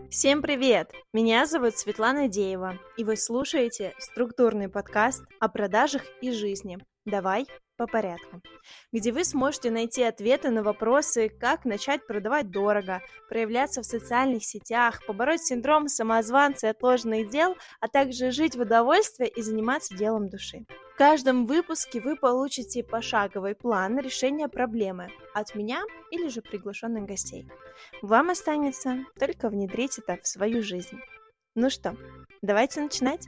Всем привет! Меня зовут Светлана Деева, и вы слушаете структурный подкаст о продажах и жизни. Давай по порядку, где вы сможете найти ответы на вопросы, как начать продавать дорого, проявляться в социальных сетях, побороть синдром самозванца и отложенных дел, а также жить в удовольствии и заниматься делом души. В каждом выпуске вы получите пошаговый план решения проблемы от меня или же приглашенных гостей. Вам останется только внедрить это в свою жизнь. Ну что, давайте начинать.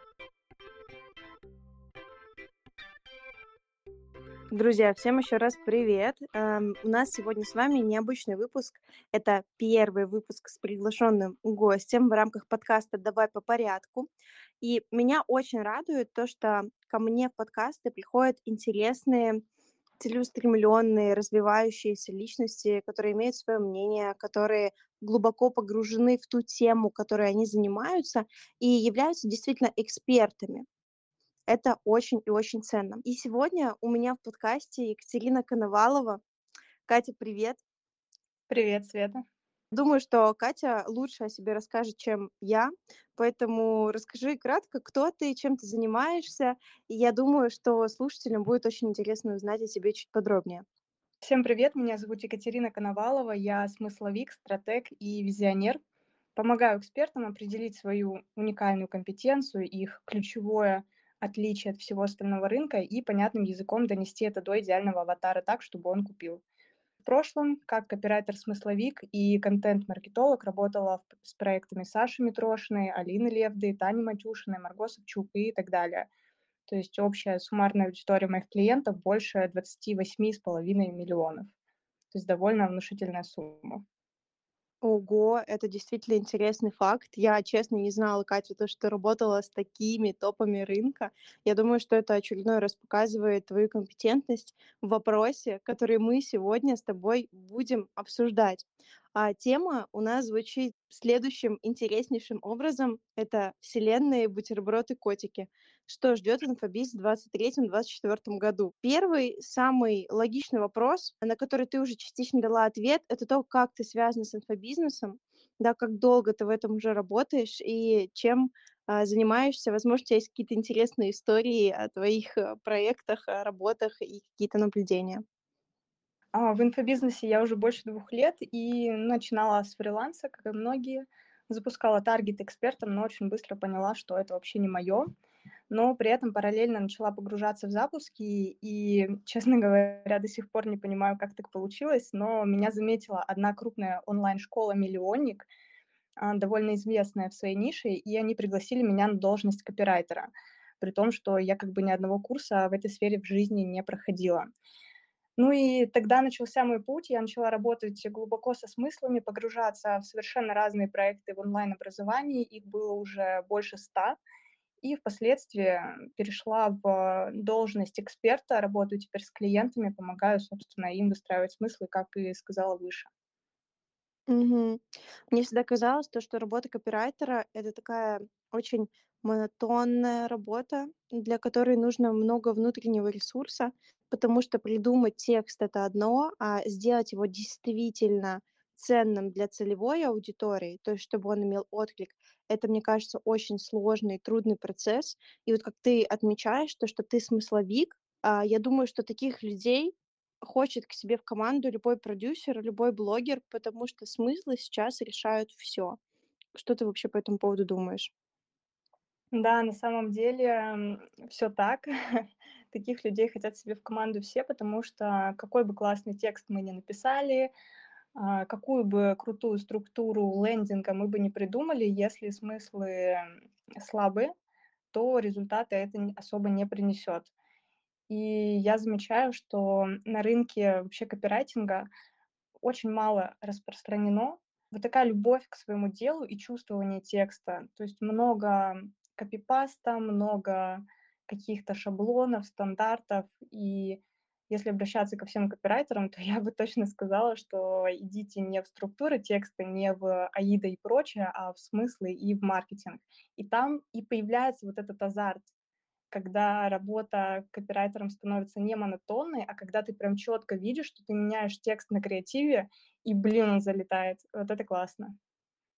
Друзья, всем еще раз привет. У нас сегодня с вами необычный выпуск. Это первый выпуск с приглашенным гостем в рамках подкаста «Давай по порядку». И меня очень радует то, что ко мне в подкасты приходят интересные, целеустремленные, развивающиеся личности, которые имеют свое мнение, которые глубоко погружены в ту тему, которой они занимаются, и являются действительно экспертами. Это очень и очень ценно. И сегодня у меня в подкасте Екатерина Коновалова. Катя, привет. Привет, Света. Думаю, что Катя лучше о себе расскажет, чем я, поэтому расскажи кратко, кто ты, чем ты занимаешься, и я думаю, что слушателям будет очень интересно узнать о тебе чуть подробнее. Всем привет, меня зовут Екатерина Коновалова, я смысловик, стратег и визионер. Помогаю экспертам определить свою уникальную компетенцию, их ключевое отличие от всего остального рынка и понятным языком донести это до идеального аватара так, чтобы он купил. В прошлом, как копирайтер-смысловик и контент-маркетолог, работала с проектами Саши Митрошиной, Алины Левды, Тани Матюшиной, Марго Савчук и так далее. То есть общая суммарная аудитория моих клиентов больше 28,5 миллионов. То есть довольно внушительная сумма. Ого, это действительно интересный факт. Я, честно, не знала, Катя, то, что ты работала с такими топами рынка. Я думаю, что это очередной раз показывает твою компетентность в вопросе, который мы сегодня с тобой будем обсуждать. А тема у нас звучит следующим интереснейшим образом. Это вселенные, бутерброды, котики. Что ждет инфобиз в 2023-2024 году? Первый, самый логичный вопрос, на который ты уже частично дала ответ, это то, как ты связана с инфобизнесом, да, как долго ты в этом уже работаешь и чем занимаешься. Возможно, у тебя есть какие-то интересные истории о твоих проектах, о работах и какие-то наблюдения. В инфобизнесе я уже больше 2 лет и начинала с фриланса, как и многие. Запускала таргет экспертам, но очень быстро поняла, что это вообще не мое. Но при этом параллельно начала погружаться в запуски и, честно говоря, до сих пор не понимаю, как так получилось, но меня заметила одна крупная онлайн-школа «Миллионник», довольно известная в своей нише, и они пригласили меня на должность копирайтера, при том, что я как бы ни одного курса в этой сфере в жизни не проходила. Ну и тогда начался мой путь. Я начала работать глубоко со смыслами, погружаться в совершенно разные проекты в онлайн-образовании. Их было уже больше 100. И впоследствии перешла в должность эксперта. Работаю теперь с клиентами, помогаю, собственно, им выстраивать смыслы, как и сказала выше. Мгм. Мне всегда казалось, то, что работа копирайтера — это такая очень монотонная работа, для которой нужно много внутреннего ресурса, потому что придумать текст — это одно, а сделать его действительно ценным для целевой аудитории, то есть чтобы он имел отклик, это, мне кажется, очень сложный и трудный процесс. И вот как ты отмечаешь, то, что ты смысловик, я думаю, что таких людей хочет к себе в команду любой продюсер, любой блогер, потому что смыслы сейчас решают все. Что ты вообще по этому поводу думаешь? Да, на самом деле, все так. Таких людей хотят себе в команду все, потому что какой бы классный текст мы ни написали, какую бы крутую структуру лендинга мы бы не придумали, если смыслы слабые, то результата это особо не принесет. И я замечаю, что на рынке вообще копирайтинга очень мало распространено вот такая любовь к своему делу и чувствование текста. То есть много копипаста, много каких-то шаблонов, стандартов. И если обращаться ко всем копирайтерам, то я бы точно сказала, что идите не в структуры текста, не в АИДа и прочее, а в смыслы и в маркетинг. И там и появляется вот этот азарт, когда работа копирайтером становится не монотонной, а когда ты прям четко видишь, что ты меняешь текст на креативе, и, блин, он залетает. Вот это классно.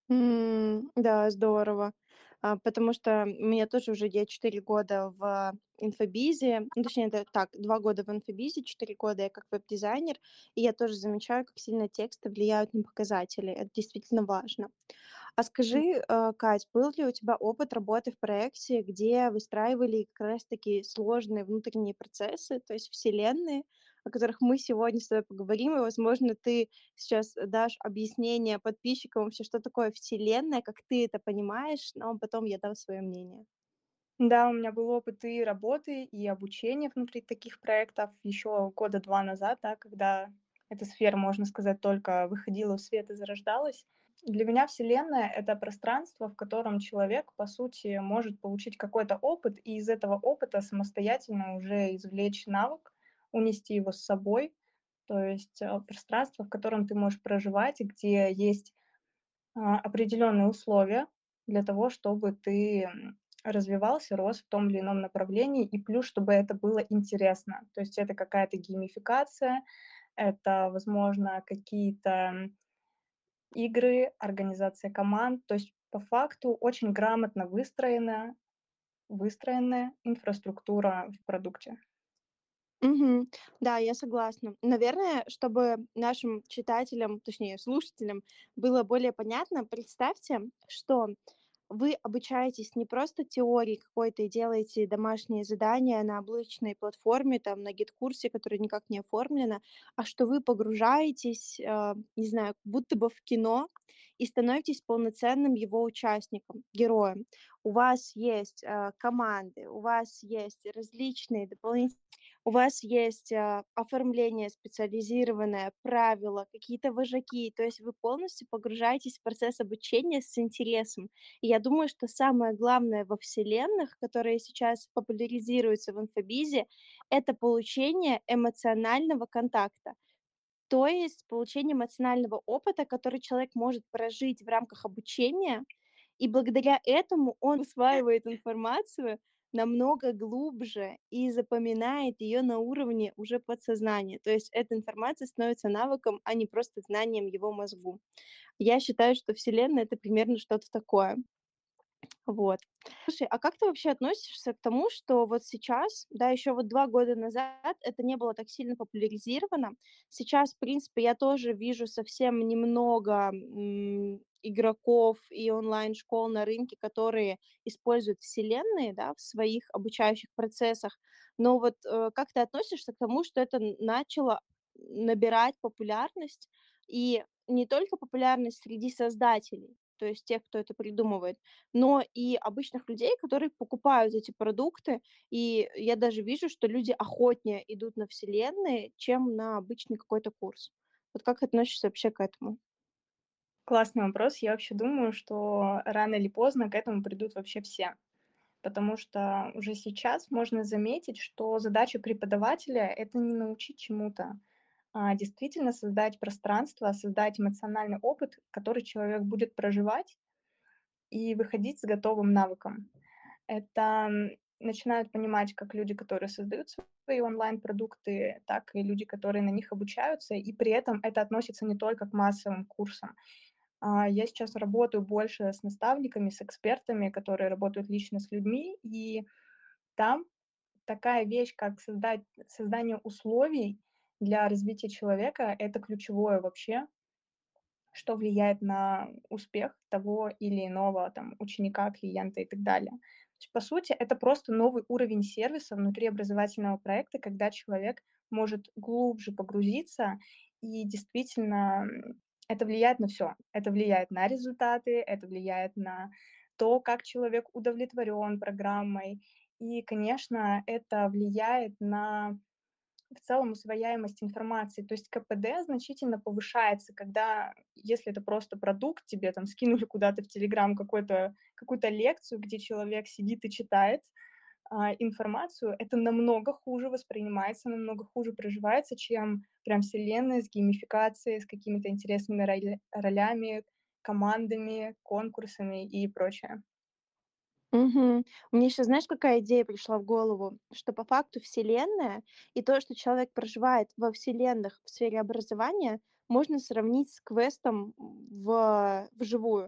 Да, здорово. Потому что у меня тоже уже я 4 года в инфобизе, ну, точнее, это так, 2 года в инфобизе, 4 года я как веб-дизайнер, и я тоже замечаю, как сильно тексты влияют на показатели. Это действительно важно. А скажи, Кать, был ли у тебя опыт работы в проекте, где выстраивали как раз-таки сложные внутренние процессы, то есть вселенные, о которых мы сегодня с тобой поговорим, и, возможно, ты сейчас дашь объяснение подписчикам вообще, что такое вселенная, как ты это понимаешь, но потом я дам свое мнение. Да, у меня был опыт и работы, и обучения внутри таких проектов еще года 2 назад, да, когда эта сфера, можно сказать, только выходила в свет и зарождалась. Для меня Вселенная — это пространство, в котором человек, по сути, может получить какой-то опыт и из этого опыта самостоятельно уже извлечь навык, унести его с собой. То есть, пространство, в котором ты можешь проживать и где есть определенные условия для того, чтобы ты, развивался, рос в том или ином направлении, и плюс, чтобы это было интересно. То есть это какая-то геймификация, это, возможно, какие-то игры, организация команд. То есть по факту очень грамотно выстроенная инфраструктура в продукте. Мгм. Да, я согласна. Наверное, чтобы нашим читателям, точнее, слушателям было более понятно, представьте, что вы обучаетесь не просто теории какой-то и делаете домашние задания на облачной платформе, там, на гид-курсе, который никак не оформлено, а что вы погружаетесь, не знаю, как будто бы в кино и становитесь полноценным его участником, героем. У вас есть команды, у вас есть различные дополнительные, у вас есть, оформление специализированное, правила, какие-то вожаки. То есть вы полностью погружаетесь в процесс обучения с интересом. И я думаю, что самое главное во вселенных, которые сейчас популяризируются в инфобизе, это получение эмоционального контакта. То есть получение эмоционального опыта, который человек может прожить в рамках обучения, и благодаря этому он усваивает информацию намного глубже и запоминает ее на уровне уже подсознания. То есть эта информация становится навыком, а не просто знанием его мозгу. Я считаю, что Вселенная — это примерно что-то такое. Вот. Слушай, а как ты вообще относишься к тому, что вот сейчас, да, еще вот 2 года назад это не было так сильно популяризировано. Сейчас, в принципе, я тоже вижу совсем немного, игроков и онлайн-школ на рынке, которые используют вселенные, да, в своих обучающих процессах. Но вот, как ты относишься к тому, что это начало набирать популярность, и не только популярность среди создателей, то есть тех, кто это придумывает, но и обычных людей, которые покупают эти продукты. И я даже вижу, что люди охотнее идут на вселенные, чем на обычный какой-то курс. Вот как относишься вообще к этому? Классный вопрос. Я вообще думаю, что рано или поздно к этому придут вообще все. Потому что уже сейчас можно заметить, что задача преподавателя — это не научить чему-то, а действительно создать пространство, создать эмоциональный опыт, который человек будет проживать и выходить с готовым навыком. Это начинают понимать как люди, которые создают свои онлайн-продукты, так и люди, которые на них обучаются, и при этом это относится не только к массовым курсам. Я сейчас работаю больше с наставниками, с экспертами, которые работают лично с людьми, и там такая вещь, как создание условий для развития человека — это ключевое вообще, что влияет на успех того или иного там ученика, клиента и так далее. То есть, по сути, это просто новый уровень сервиса внутри образовательного проекта, когда человек может глубже погрузиться и действительно, это влияет на все. Это влияет на результаты, это влияет на то, как человек удовлетворен программой. И, конечно, это влияет на в целом усвояемость информации. То есть КПД значительно повышается, когда, если это просто продукт, тебе там скинули куда-то в "Телеграм" какую-то лекцию, где человек сидит и читает, информацию, это намного хуже воспринимается, намного хуже проживается, чем прям вселенная с геймификацией, с какими-то интересными ролями, командами, конкурсами и прочее. Мгм. Мне еще, знаешь, какая идея пришла в голову? Что по факту Вселенная и то, что человек проживает во вселенных в сфере образования, можно сравнить с квестом вживую.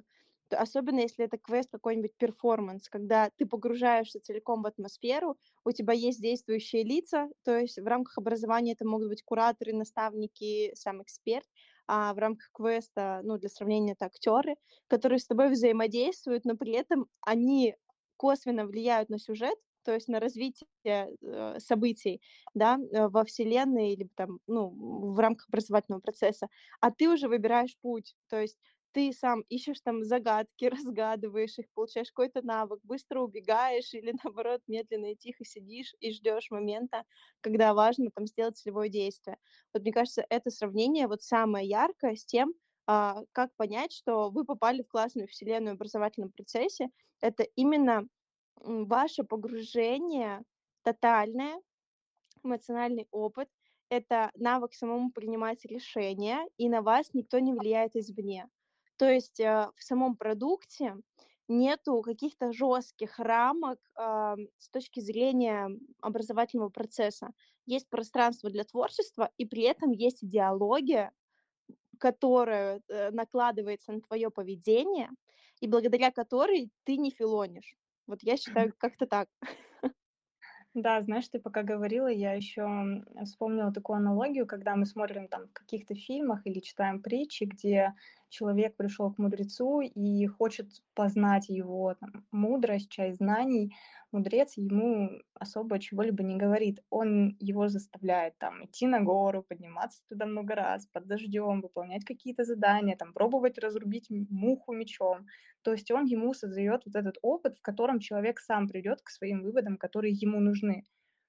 Особенно если это квест какой-нибудь перформанс, когда ты погружаешься целиком в атмосферу, у тебя есть действующие лица, то есть в рамках образования это могут быть кураторы, наставники, сам эксперт, а в рамках квеста, ну, для сравнения, это актеры, которые с тобой взаимодействуют, но при этом они косвенно влияют на сюжет, то есть на развитие событий, да, во вселенной или там, ну, в рамках образовательного процесса, а ты уже выбираешь путь, то есть ты сам ищешь там загадки, разгадываешь их, получаешь какой-то навык, быстро убегаешь или, наоборот, медленно и тихо сидишь и ждешь момента, когда важно там сделать целевое действие. Вот мне кажется, это сравнение вот самое яркое с тем, как понять, что вы попали в классную вселенную в образовательном процессе. Это именно ваше погружение тотальное, эмоциональный опыт, это навык самому принимать решения, и на вас никто не влияет извне. То есть, в самом продукте нету каких-то жестких рамок, с точки зрения образовательного процесса. Есть пространство для творчества, и при этом есть идеология, которая, накладывается на твое поведение, и благодаря которой ты не филонишь. Вот я считаю, как-то так. Да, знаешь, ты пока говорила, я еще вспомнила такую аналогию, когда мы смотрим там в каких-то фильмах или читаем притчи, где человек пришел к мудрецу и хочет познать его там, мудрость, часть знаний. Мудрец ему особо чего-либо не говорит. Он его заставляет там идти на гору, подниматься туда много раз, под дождем, выполнять какие-то задания, там, пробовать разрубить муху мечом. То есть он ему создает вот этот опыт, в котором человек сам придет к своим выводам, которые ему нужны.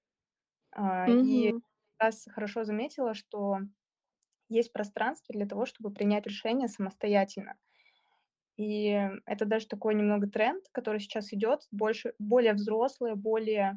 И Мгм. как раз хорошо заметила, что есть пространство для того, чтобы принять решение самостоятельно. И это даже такой немного тренд, который сейчас идет, больше, более взрослое, более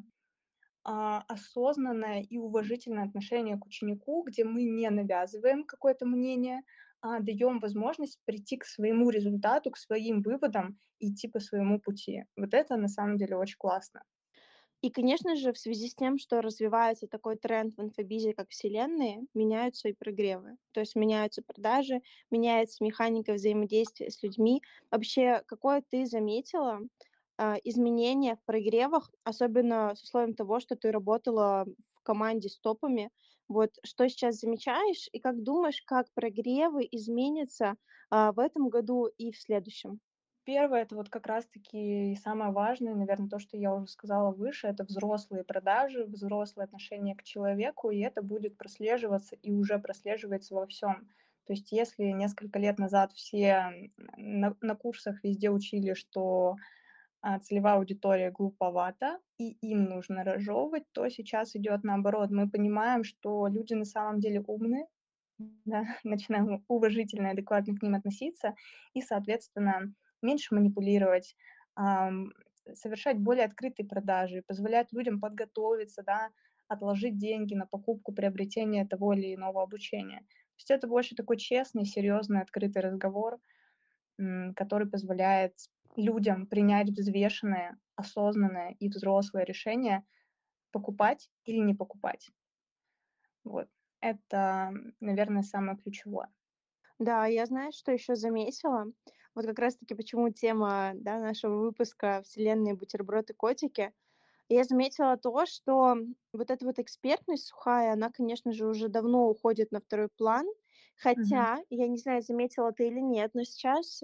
осознанное и уважительное отношение к ученику, где мы не навязываем какое-то мнение, а даем возможность прийти к своему результату, к своим выводам и идти по своему пути. Вот это на самом деле очень классно. И, конечно же, в связи с тем, что развивается такой тренд в инфобизе, как вселенные, меняются и прогревы. То есть меняются продажи, меняется механика взаимодействия с людьми. Вообще, какое ты заметила изменение в прогревах, особенно с условием того, что ты работала в команде с топами? Вот что сейчас замечаешь и как думаешь, как прогревы изменятся в этом году и в следующем? Первое — это вот как раз-таки и самое важное, наверное, то, что я уже сказала выше — это взрослые продажи, взрослое отношение к человеку, и это будет прослеживаться и уже прослеживается во всем. То есть если несколько лет назад все на курсах везде учили, что, целевая аудитория глуповата и им нужно разжевывать, то сейчас идет наоборот. Мы понимаем, что люди на самом деле умны, да, начинаем уважительно и адекватно к ним относиться и, соответственно, меньше манипулировать, ам, совершать более открытые продажи, позволять людям подготовиться, да, отложить деньги на покупку, приобретение того или иного обучения. То есть это больше такой честный, серьезный, открытый разговор, который позволяет людям принять взвешенное, осознанное и взрослое решение покупать или не покупать. Вот. Это, наверное, самое ключевое. Да, я знаешь, что еще заметила? Вот как раз-таки почему тема, да, нашего выпуска "Вселенные, бутерброд и котики". Я заметила то, что вот эта вот экспертность сухая, она, конечно же, уже давно уходит на второй план. Мгм. Хотя, я не знаю, заметила ты или нет, но сейчас,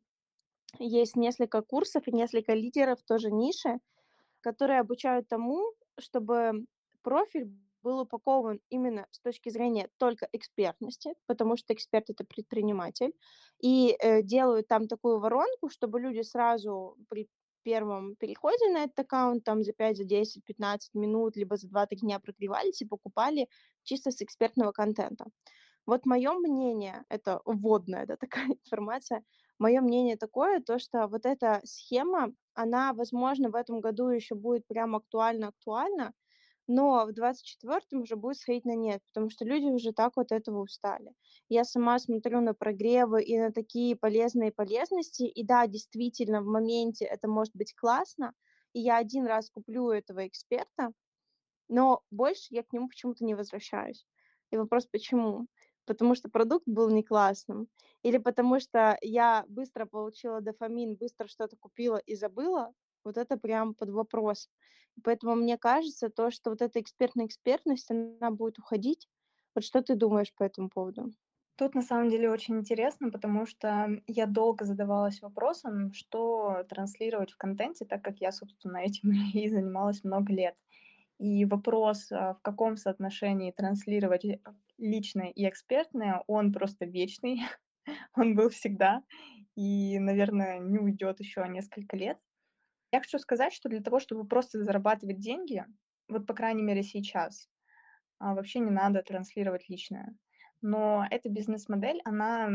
есть несколько курсов и несколько лидеров тоже ниши, которые обучают тому, чтобы профиль был упакован именно с точки зрения только экспертности, потому что эксперт — это предприниматель, и, делают там такую воронку, чтобы люди сразу при первом переходе на этот аккаунт там за 5, за 10, 15 минут, либо за 2-3 дня прогревались и покупали чисто с экспертного контента. Вот мое мнение, это вводная, да, такая информация. Мое мнение такое, то что вот эта схема, она, возможно, в этом году еще будет прям актуальна, но в 24-м уже будет сходить на нет, потому что люди уже так вот этого устали. Я сама смотрю на прогревы и на такие полезные полезности, и да, действительно, в моменте это может быть классно, и я один раз куплю этого эксперта, но больше я к нему почему-то не возвращаюсь. И вопрос почему? потому что продукт был не классным, или потому что я быстро получила дофамин, быстро что-то купила и забыла, вот это прям под вопрос. Поэтому мне кажется, то, что вот эта экспертная экспертность, она будет уходить. Вот что ты думаешь по этому поводу? Тут на самом деле очень интересно, потому что я долго задавалась вопросом, что транслировать в контенте, так как я, собственно, этим и занималась много лет. И вопрос, в каком соотношении транслировать личное и экспертное, он просто вечный, он был всегда и, наверное, не уйдет еще несколько лет. Я хочу сказать, что для того, чтобы просто зарабатывать деньги, вот по крайней мере сейчас, вообще не надо транслировать личное. Но эта бизнес-модель, она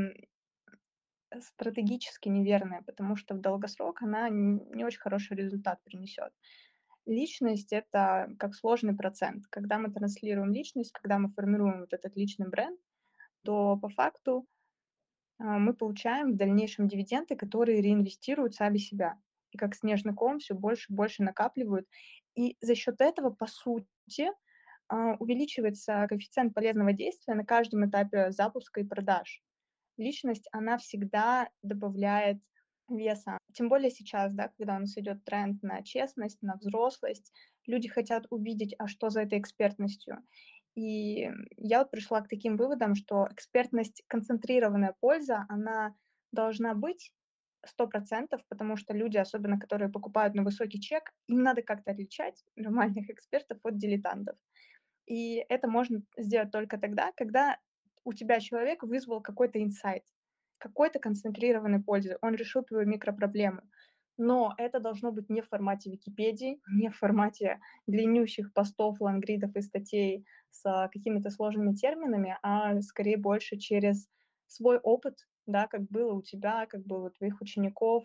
стратегически неверная, потому что в долгосрок она не очень хороший результат принесет. Личность — это как сложный процент. Когда мы транслируем личность, когда мы формируем вот этот личный бренд, то по факту мы получаем в дальнейшем дивиденды, которые реинвестируют сами себя. И как снежный ком все больше и больше накапливают. И за счет этого, по сути, увеличивается коэффициент полезного действия на каждом этапе запуска и продаж. Личность, она всегда добавляет веса. Тем более сейчас, да, когда у нас идет тренд на честность, на взрослость, люди хотят увидеть, а что за этой экспертностью. И я вот пришла к таким выводам, что экспертность, концентрированная польза, она должна быть 100%, потому что люди, особенно которые покупают на высокий чек, им надо как-то отличать нормальных экспертов от дилетантов. И это можно сделать только тогда, когда у тебя человек вызвал какой-то инсайт, какой-то концентрированной пользы. Он решил твою микропроблему. Но это должно быть не в формате Википедии, не в формате длиннющих постов, лонгридов и статей с какими-то сложными терминами, а скорее больше через свой опыт, да, как было у тебя, как было у твоих учеников,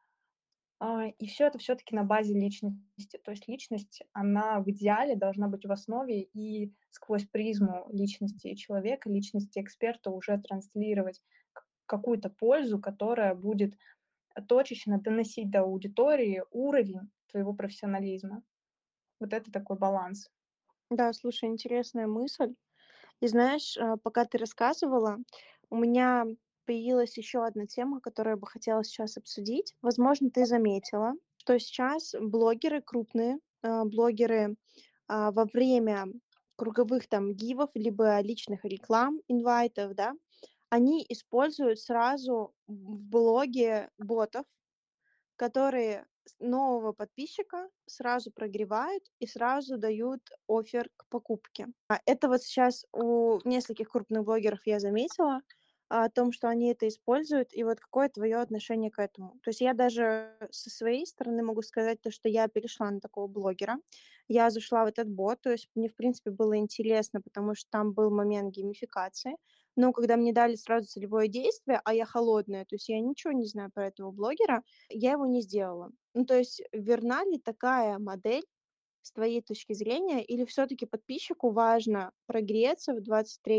и все это все таки на базе личности. То есть личность, она в идеале должна быть в основе и сквозь призму личности человека, личности эксперта уже транслировать какую-то пользу, которая будет точечно доносить до аудитории уровень твоего профессионализма. Вот это такой баланс. Да, слушай, интересная мысль. И знаешь, пока ты рассказывала, у меня появилась еще одна тема, которую я бы хотела сейчас обсудить. Возможно, ты заметила, что сейчас блогеры крупные, блогеры во время круговых там гивов, либо личных реклам, инвайтов, да, они используют сразу в блоге ботов, которые нового подписчика сразу прогревают и сразу дают офер к покупке. Это вот сейчас у нескольких крупных блогеров я заметила, о том, что они это используют, и вот какое твое отношение к этому? То есть я даже со своей стороны могу сказать то, что я перешла на такого блогера. Я зашла в этот бот, то есть мне, в принципе, было интересно, потому что там был момент геймификации. Но когда мне дали сразу целевое действие, а я холодная, то есть я ничего не знаю про этого блогера, я его не сделала. Ну, то есть верна ли такая модель с твоей точки зрения, или все таки подписчику важно прогреться в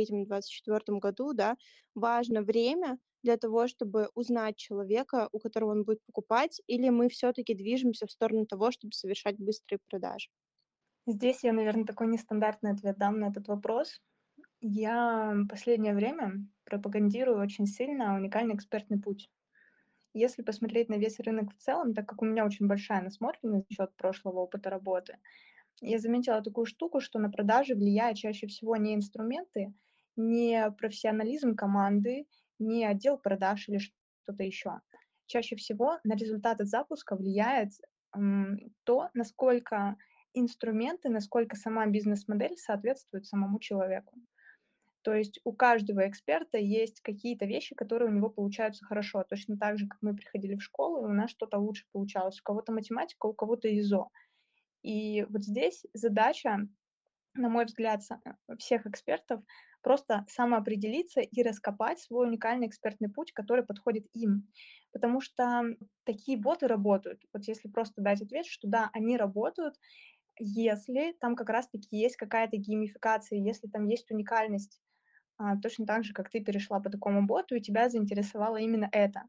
23-24 году, да, важно время для того, чтобы узнать человека, у которого он будет покупать, или мы все таки движемся в сторону того, чтобы совершать быстрые продажи? Здесь я, наверное, такой нестандартный ответ дам на этот вопрос. Я последнее время пропагандирую очень сильно уникальный экспертный путь. Если посмотреть на весь рынок в целом, так как у меня очень большая насмотренность за счет прошлого опыта работы, я заметила такую штуку, что на продажи влияют чаще всего не инструменты, не профессионализм команды, не отдел продаж или что-то еще. Чаще всего на результаты запуска влияет то, насколько инструменты, насколько сама бизнес-модель соответствует самому человеку. То есть у каждого эксперта есть какие-то вещи, которые у него получаются хорошо. Точно так же, как мы приходили в школу, и у нас что-то лучше получалось. У кого-то математика, у кого-то ИЗО. И вот здесь задача, на мой взгляд, всех экспертов просто самоопределиться и раскопать свой уникальный экспертный путь, который подходит им. Потому что такие боты работают. Вот если просто дать ответ, что да, они работают, если там как раз-таки есть какая-то геймификация, если там есть уникальность, точно так же, как ты перешла по такому боту, и тебя заинтересовало именно это.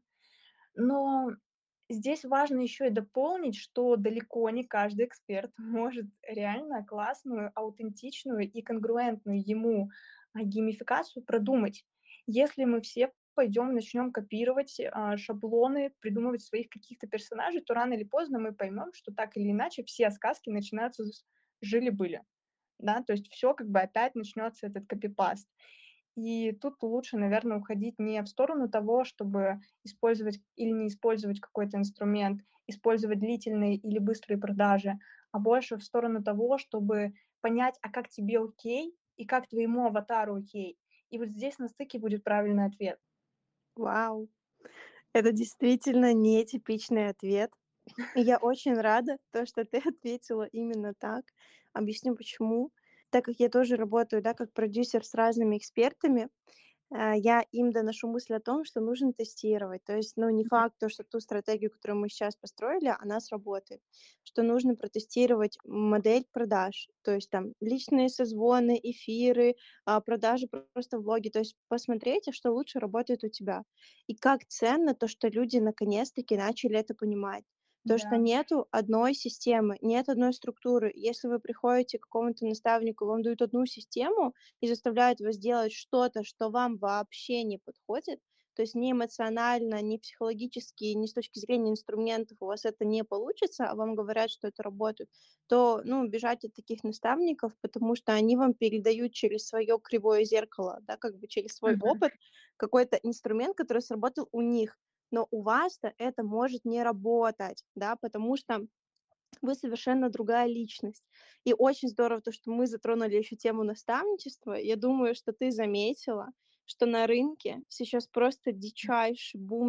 Но здесь важно еще и дополнить, что далеко не каждый эксперт может реально классную, аутентичную и конгруентную ему геймификацию продумать. Если мы все пойдем, начнем копировать, шаблоны, придумывать своих каких-то персонажей, то рано или поздно мы поймем, что так или иначе все сказки начинаются с "жили-были". Да, то есть все как бы опять начнется этот копипаст. И тут лучше, наверное, уходить не в сторону того, чтобы использовать или не использовать какой-то инструмент, использовать длительные или быстрые продажи, а больше в сторону того, чтобы понять, а как тебе окей и как твоему аватару окей. И вот здесь на стыке будет правильный ответ. Вау! Это действительно нетипичный ответ. И я очень рада, то, что ты ответила именно так. Объясню почему. Так как я тоже работаю, да, как продюсер с разными экспертами, я им доношу мысль о том, что нужно тестировать. То есть, ну, не Мгм. факт, то, что ту стратегию, которую мы сейчас построили, она сработает. Что нужно протестировать модель продаж, то есть там личные созвоны, эфиры, продажи просто в блоге. То есть посмотреть, что лучше работает у тебя. И как ценно то, что люди наконец-таки начали это понимать. То, что Да. нету одной системы, нет одной структуры. Если вы приходите к какому-то наставнику, вам дают одну систему, и заставляют вас делать что-то, что вам вообще не подходит, то есть ни эмоционально, ни психологически, ни с точки зрения инструментов у вас это не получится, а вам говорят, что это работает, то, ну, бежать от таких наставников, потому что они вам передают через свое кривое зеркало, да, как бы через свой Мгм. опыт какой-то инструмент, который сработал у них. Но у вас-то это может не работать, да, потому что вы совершенно другая личность. И очень здорово то, что мы затронули еще тему наставничества. Я думаю, что ты заметила, что на рынке сейчас просто дичайший бум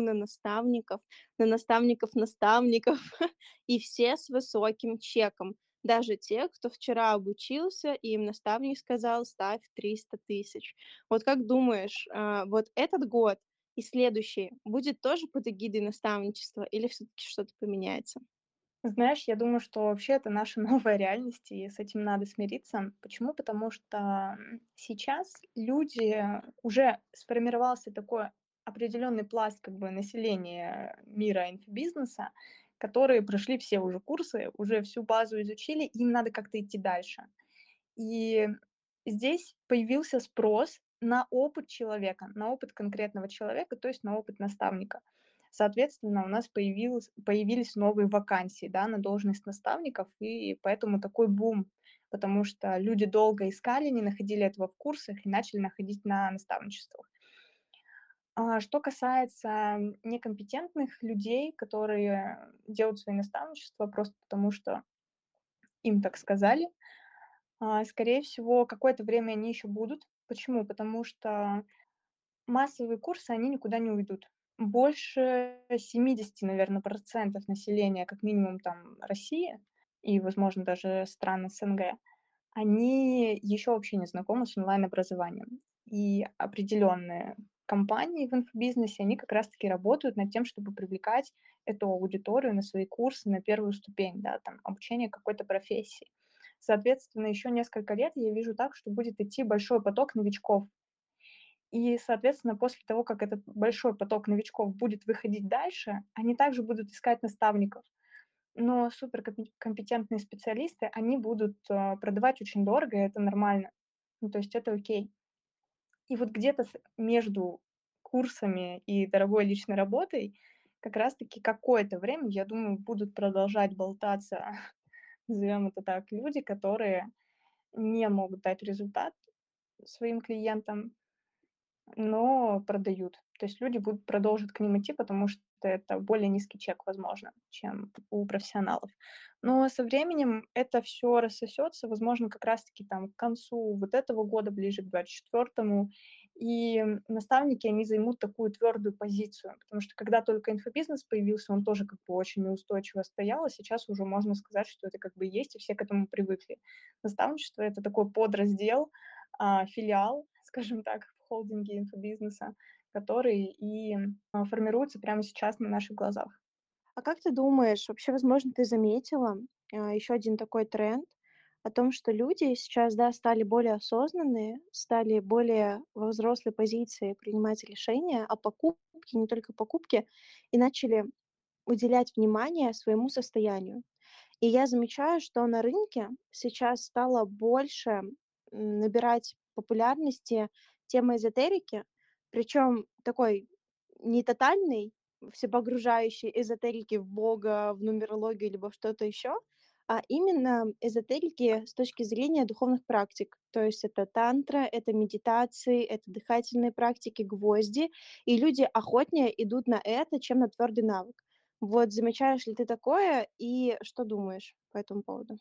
на наставников, и все с высоким чеком. Даже те, кто вчера обучился, и им наставник сказал, ставь 300 тысяч. Вот как думаешь, вот этот год и следующий будет тоже под эгидой наставничества или все-таки что-то поменяется? Знаешь, я думаю, что вообще это наша новая реальность, и с этим надо смириться. Почему? Потому что сейчас люди уже сформировался такой определенный пласт как бы населения мира инфобизнеса, которые прошли все уже курсы, уже всю базу изучили, им надо как-то идти дальше. И здесь появился спрос на опыт человека, на опыт конкретного человека, то есть на опыт наставника. Соответственно, у нас появились новые вакансии, да, на должность наставников, и поэтому такой бум, потому что люди долго искали, не находили этого в курсах и начали находить на наставничествах. Что касается некомпетентных людей, которые делают свои наставничества просто потому, что им так сказали, скорее всего, какое-то время они еще будут. Почему? Потому что массовые курсы, они никуда не уйдут. Больше 70, наверно, процентов населения, как минимум там России и, возможно, даже стран СНГ, они еще вообще не знакомы с онлайн-образованием. И определенные компании в инфобизнесе, они как раз-таки работают над тем, чтобы привлекать эту аудиторию на свои курсы, на первую ступень, да, там, обучение какой-то профессии. Соответственно, еще несколько лет я вижу так, что будет идти большой поток новичков. И, соответственно, после того, как этот большой поток новичков будет выходить дальше, они также будут искать наставников. Но суперкомпетентные специалисты, они будут, продавать очень дорого, и это нормально. Ну, то есть это окей. И вот где-то между курсами и дорогой личной работой как раз-таки какое-то время, я думаю, будут продолжать болтаться, назовем это так, люди, которые не могут дать результат своим клиентам, но продают. То есть люди будут продолжат к ним идти, потому что это более низкий чек, возможно, чем у профессионалов. Но со временем это все рассосется, возможно, как раз-таки там к концу вот этого года, ближе к 24-му. И наставники, они займут такую твердую позицию, потому что когда только инфобизнес появился, он тоже как бы очень неустойчиво стоял, а сейчас уже можно сказать, что это как бы есть, и все к этому привыкли. Наставничество — это такой подраздел, филиал, скажем так, в холдинге инфобизнеса, который и, формируется прямо сейчас на наших глазах. А как ты думаешь, вообще, возможно, ты заметила, еще один такой тренд о том, что люди сейчас, да, стали более осознанные, стали более во взрослой позиции принимать решения о покупке, не только покупке, и начали уделять внимание своему состоянию. И я замечаю, что на рынке сейчас стало больше набирать популярности тема эзотерики, причем такой не тотальной, всепогружающей эзотерики в Бога, в нумерологию либо в что-то еще, а именно эзотерики с точки зрения духовных практик. То есть это тантра, это медитации, это дыхательные практики, гвозди, и люди охотнее идут на это, чем на твердый навык. Вот замечаешь ли ты такое и что думаешь по этому поводу?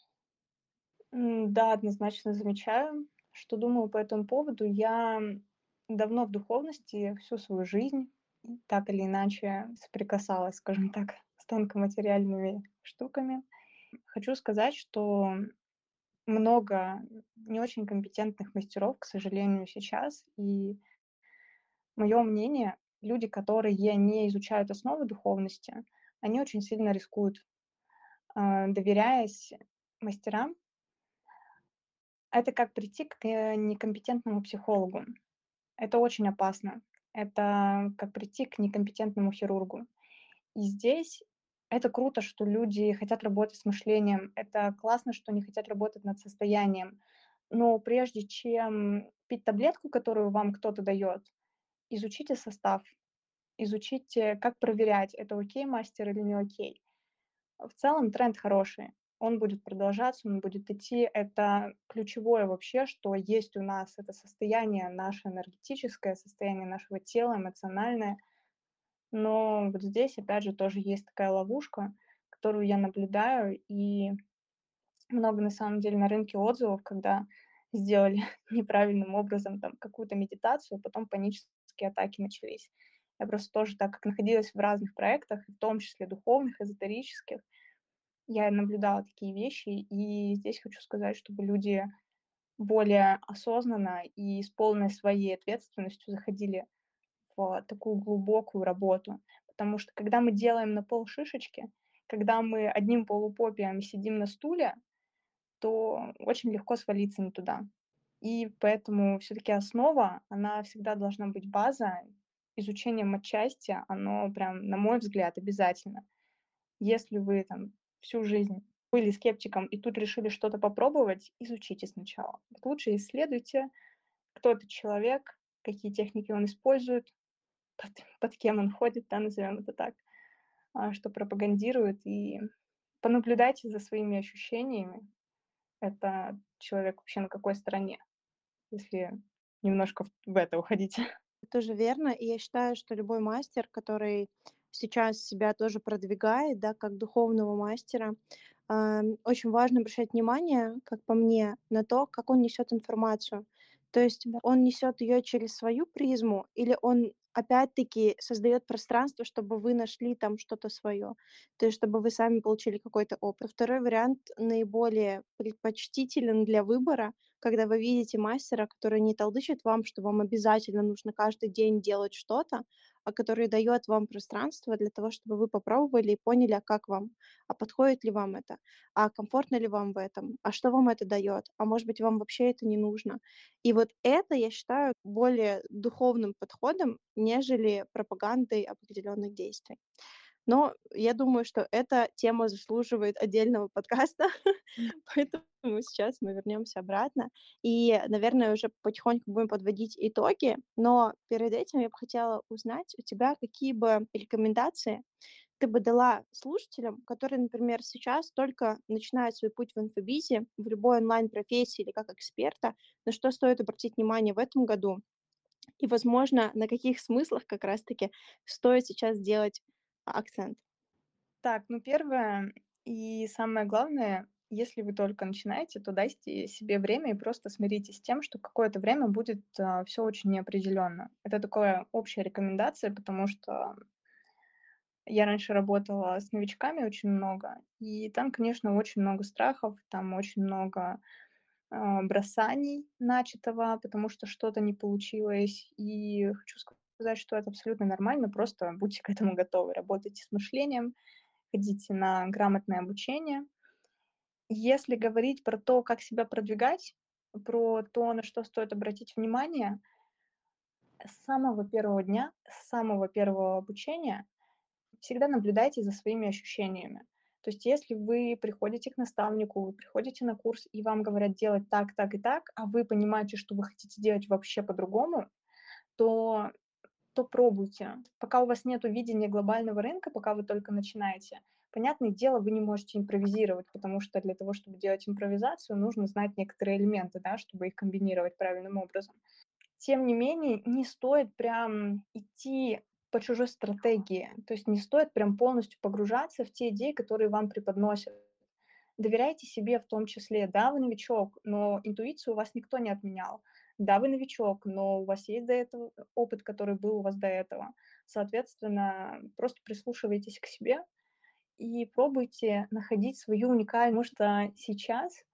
Да, однозначно замечаю. Что думаю по этому поводу? Я давно в духовности, всю свою жизнь так или иначе соприкасалась, скажем так, с тонкоматериальными штуками. Хочу сказать, что много не очень компетентных мастеров, к сожалению, сейчас. И мое мнение, люди, которые не изучают основы духовности, они очень сильно рискуют, доверяясь мастерам. Это как прийти к некомпетентному психологу. Это очень опасно. Это как прийти к некомпетентному хирургу. И здесь это круто, что люди хотят работать с мышлением. Это классно, что они хотят работать над состоянием. Но прежде чем пить таблетку, которую вам кто-то дает, изучите состав, изучите, как проверять, это окей мастер или не окей. В целом тренд хороший. Он будет продолжаться, он будет идти. Это ключевое вообще, что есть у нас. Это состояние наше энергетическое, состояние нашего тела, эмоциональное. Но вот здесь, опять же, тоже есть такая ловушка, которую я наблюдаю, и много на самом деле на рынке отзывов, когда сделали неправильным образом там какую-то медитацию, потом панические атаки начались. Я просто тоже, так как находилась в разных проектах, в том числе духовных, эзотерических, я наблюдала такие вещи, и здесь хочу сказать, чтобы люди более осознанно и с полной своей ответственностью заходили в такую глубокую работу. Потому что когда мы делаем на полшишечки, когда мы одним полупопием сидим на стуле, то очень легко свалиться не туда. И поэтому все таки основа, она всегда должна быть база. Изучение матчасти, оно прям, на мой взгляд, обязательно. Если вы там всю жизнь были скептиком и тут решили что-то попробовать, изучите сначала. Вот лучше исследуйте, кто этот человек, какие техники он использует, под кем он ходит, да, назовем это так, что пропагандирует, и понаблюдайте за своими ощущениями. Это человек вообще на какой стороне, если немножко в это уходить. Тоже верно. И я считаю, что любой мастер, который сейчас себя тоже продвигает, да, как духовного мастера, очень важно обращать внимание, как по мне, на то, как он несет информацию. То есть Да. он несет ее через свою призму, или он опять-таки создает пространство, чтобы вы нашли там что-то свое, то есть чтобы вы сами получили какой-то опыт. Второй вариант наиболее предпочтителен для выбора, когда вы видите мастера, который не толдычит вам, что вам обязательно нужно каждый день делать что-то, а который дает вам пространство для того, чтобы вы попробовали и поняли, а как вам, а подходит ли вам это, а комфортно ли вам в этом, а что вам это дает, а может быть, вам вообще это не нужно. И вот это я считаю более духовным подходом, нежели пропагандой определенных действий. Но я думаю, что эта тема заслуживает отдельного подкаста, поэтому сейчас мы вернемся обратно и, наверное, уже потихоньку будем подводить итоги. Но перед этим я бы хотела узнать у тебя, какие бы рекомендации ты бы дала слушателям, которые, например, сейчас только начинают свой путь в инфобизе, в любой онлайн-профессии или как эксперта, на что стоит обратить внимание в этом году и, возможно, на каких смыслах как раз-таки стоит сейчас делать акцент. Так, ну, первое и самое главное, если вы только начинаете, то дайте себе время и просто смиритесь с тем, что какое-то время будет, все очень неопределенно. Это такая общая рекомендация, потому что я раньше работала с новичками очень много, и там, конечно, очень много страхов, там очень много, бросаний начатого, потому что что-то не получилось. И хочу сказать, что это абсолютно нормально, просто будьте к этому готовы. Работайте с мышлением, ходите на грамотное обучение. Если говорить про то, как себя продвигать, про то, на что стоит обратить внимание, с самого первого дня, с самого первого обучения всегда наблюдайте за своими ощущениями. То есть если вы приходите к наставнику, вы приходите на курс, и вам говорят делать так, так и так, а вы понимаете, что вы хотите делать вообще по-другому, то пробуйте. Пока у вас нету видения глобального рынка, пока вы только начинаете, понятное дело, вы не можете импровизировать, потому что для того, чтобы делать импровизацию, нужно знать некоторые элементы, да, чтобы их комбинировать правильным образом. Тем не менее, не стоит прям идти по чужой стратегии. То есть не стоит прям полностью погружаться в те идеи, которые вам преподносят. Доверяйте себе в том числе. Да, вы новичок, но интуицию у вас никто не отменял. Да, вы новичок, но у вас есть до этого опыт, который был у вас до этого. Соответственно, просто прислушивайтесь к себе и пробуйте находить свою уникальность, потому что сейчас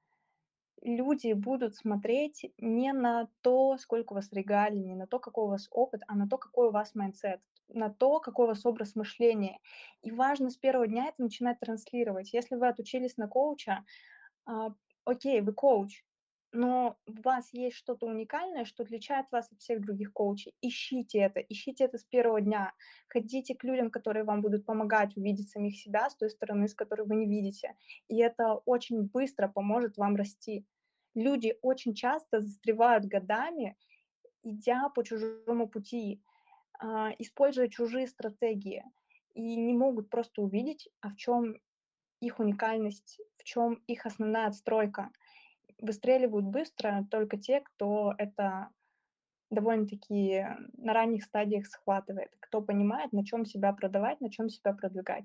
люди будут смотреть не на то, сколько у вас регалий, не на то, какой у вас опыт, а на то, какой у вас майндсет, на то, какой у вас образ мышления. И важно с первого дня это начинать транслировать. Если вы отучились на коуча, а, окей, вы коуч, но у вас есть что-то уникальное, что отличает вас от всех других коучей. Ищите это с первого дня. Ходите к людям, которые вам будут помогать увидеть самих себя с той стороны, с которой вы не видите. И это очень быстро поможет вам расти. Люди очень часто застревают годами, идя по чужому пути, используя чужие стратегии, и не могут просто увидеть, а в чем их уникальность, в чем их основная отстройка. Выстреливают быстро только те, кто это довольно-таки на ранних стадиях схватывает, кто понимает, на чем себя продавать, на чем себя продвигать.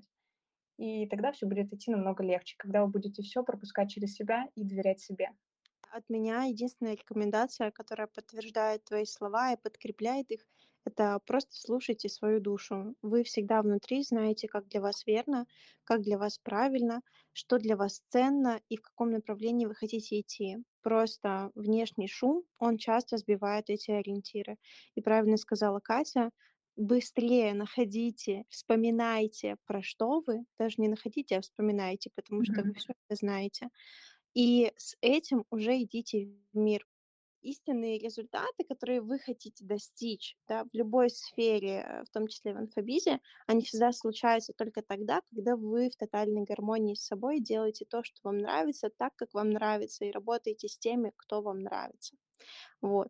И тогда все будет идти намного легче, когда вы будете все пропускать через себя и доверять себе. От меня единственная рекомендация, которая подтверждает твои слова и подкрепляет их, это просто слушайте свою душу. Вы всегда внутри знаете, как для вас верно, как для вас правильно, что для вас ценно и в каком направлении вы хотите идти. Просто внешний шум, он часто сбивает эти ориентиры. И правильно сказала Катя, быстрее находите, вспоминайте, про что вы, даже не находите, а вспоминайте, потому что вы Мгм. все это знаете. И с этим уже идите в мир. Истинные результаты, которые вы хотите достичь, да, в любой сфере, в том числе в инфобизе, они всегда случаются только тогда, когда вы в тотальной гармонии с собой делаете то, что вам нравится, так, как вам нравится, и работаете с теми, кто вам нравится. Вот.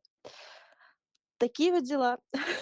Такие вот дела.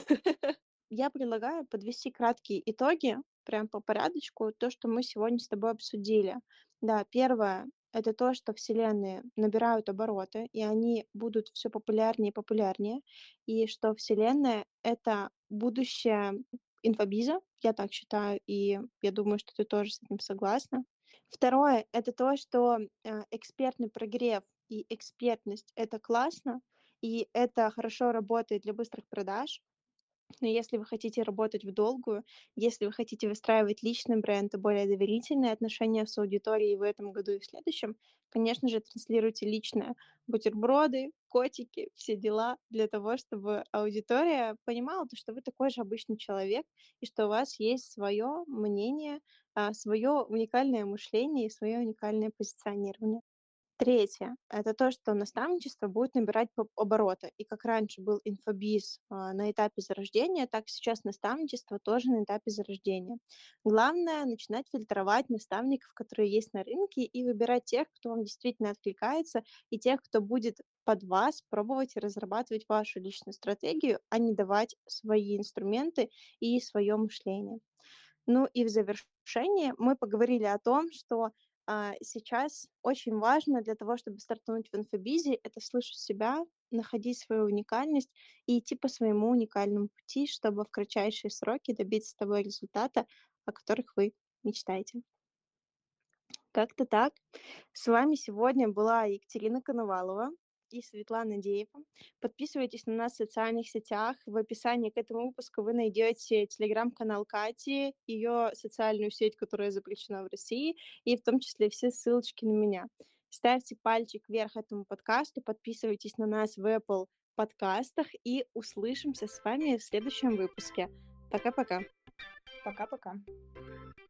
Я предлагаю подвести краткие итоги, прям по порядочку, то, что мы сегодня с тобой обсудили. Да, первое — это то, что вселенные набирают обороты, и они будут все популярнее и популярнее, и что вселенная — это будущее инфобиза, я так считаю, и я думаю, что ты тоже с этим согласна. Второе — это то, что экспертный прогрев и экспертность — это классно, и это хорошо работает для быстрых продаж. Но если вы хотите работать в долгую, если вы хотите выстраивать личный бренд и более доверительные отношения с аудиторией в этом году и в следующем, конечно же, транслируйте личное. Бутерброды, котики, все дела для того, чтобы аудитория понимала, то, что вы такой же обычный человек и что у вас есть свое мнение, свое уникальное мышление и свое уникальное позиционирование. Третье — это то, что наставничество будет набирать обороты. И как раньше был инфобиз на этапе зарождения, так сейчас наставничество тоже на этапе зарождения. Главное — начинать фильтровать наставников, которые есть на рынке, и выбирать тех, кто вам действительно откликается, и тех, кто будет под вас пробовать и разрабатывать вашу личную стратегию, а не давать свои инструменты и свое мышление. Ну и в завершение мы поговорили о том, что сейчас очень важно для того, чтобы стартануть в инфобизе, это слышать себя, находить свою уникальность и идти по своему уникальному пути, чтобы в кратчайшие сроки добиться того результата, о которых вы мечтаете. Как-то так. С вами сегодня была Екатерина Коновалова и Светлана Деева. Подписывайтесь на нас в социальных сетях. В описании к этому выпуску вы найдете телеграм-канал Кати, ее социальную сеть, которая запрещена в России, и в том числе все ссылочки на меня. Ставьте пальчик вверх этому подкасту, подписывайтесь на нас в Apple подкастах и услышимся с вами в следующем выпуске. Пока-пока. Пока-пока.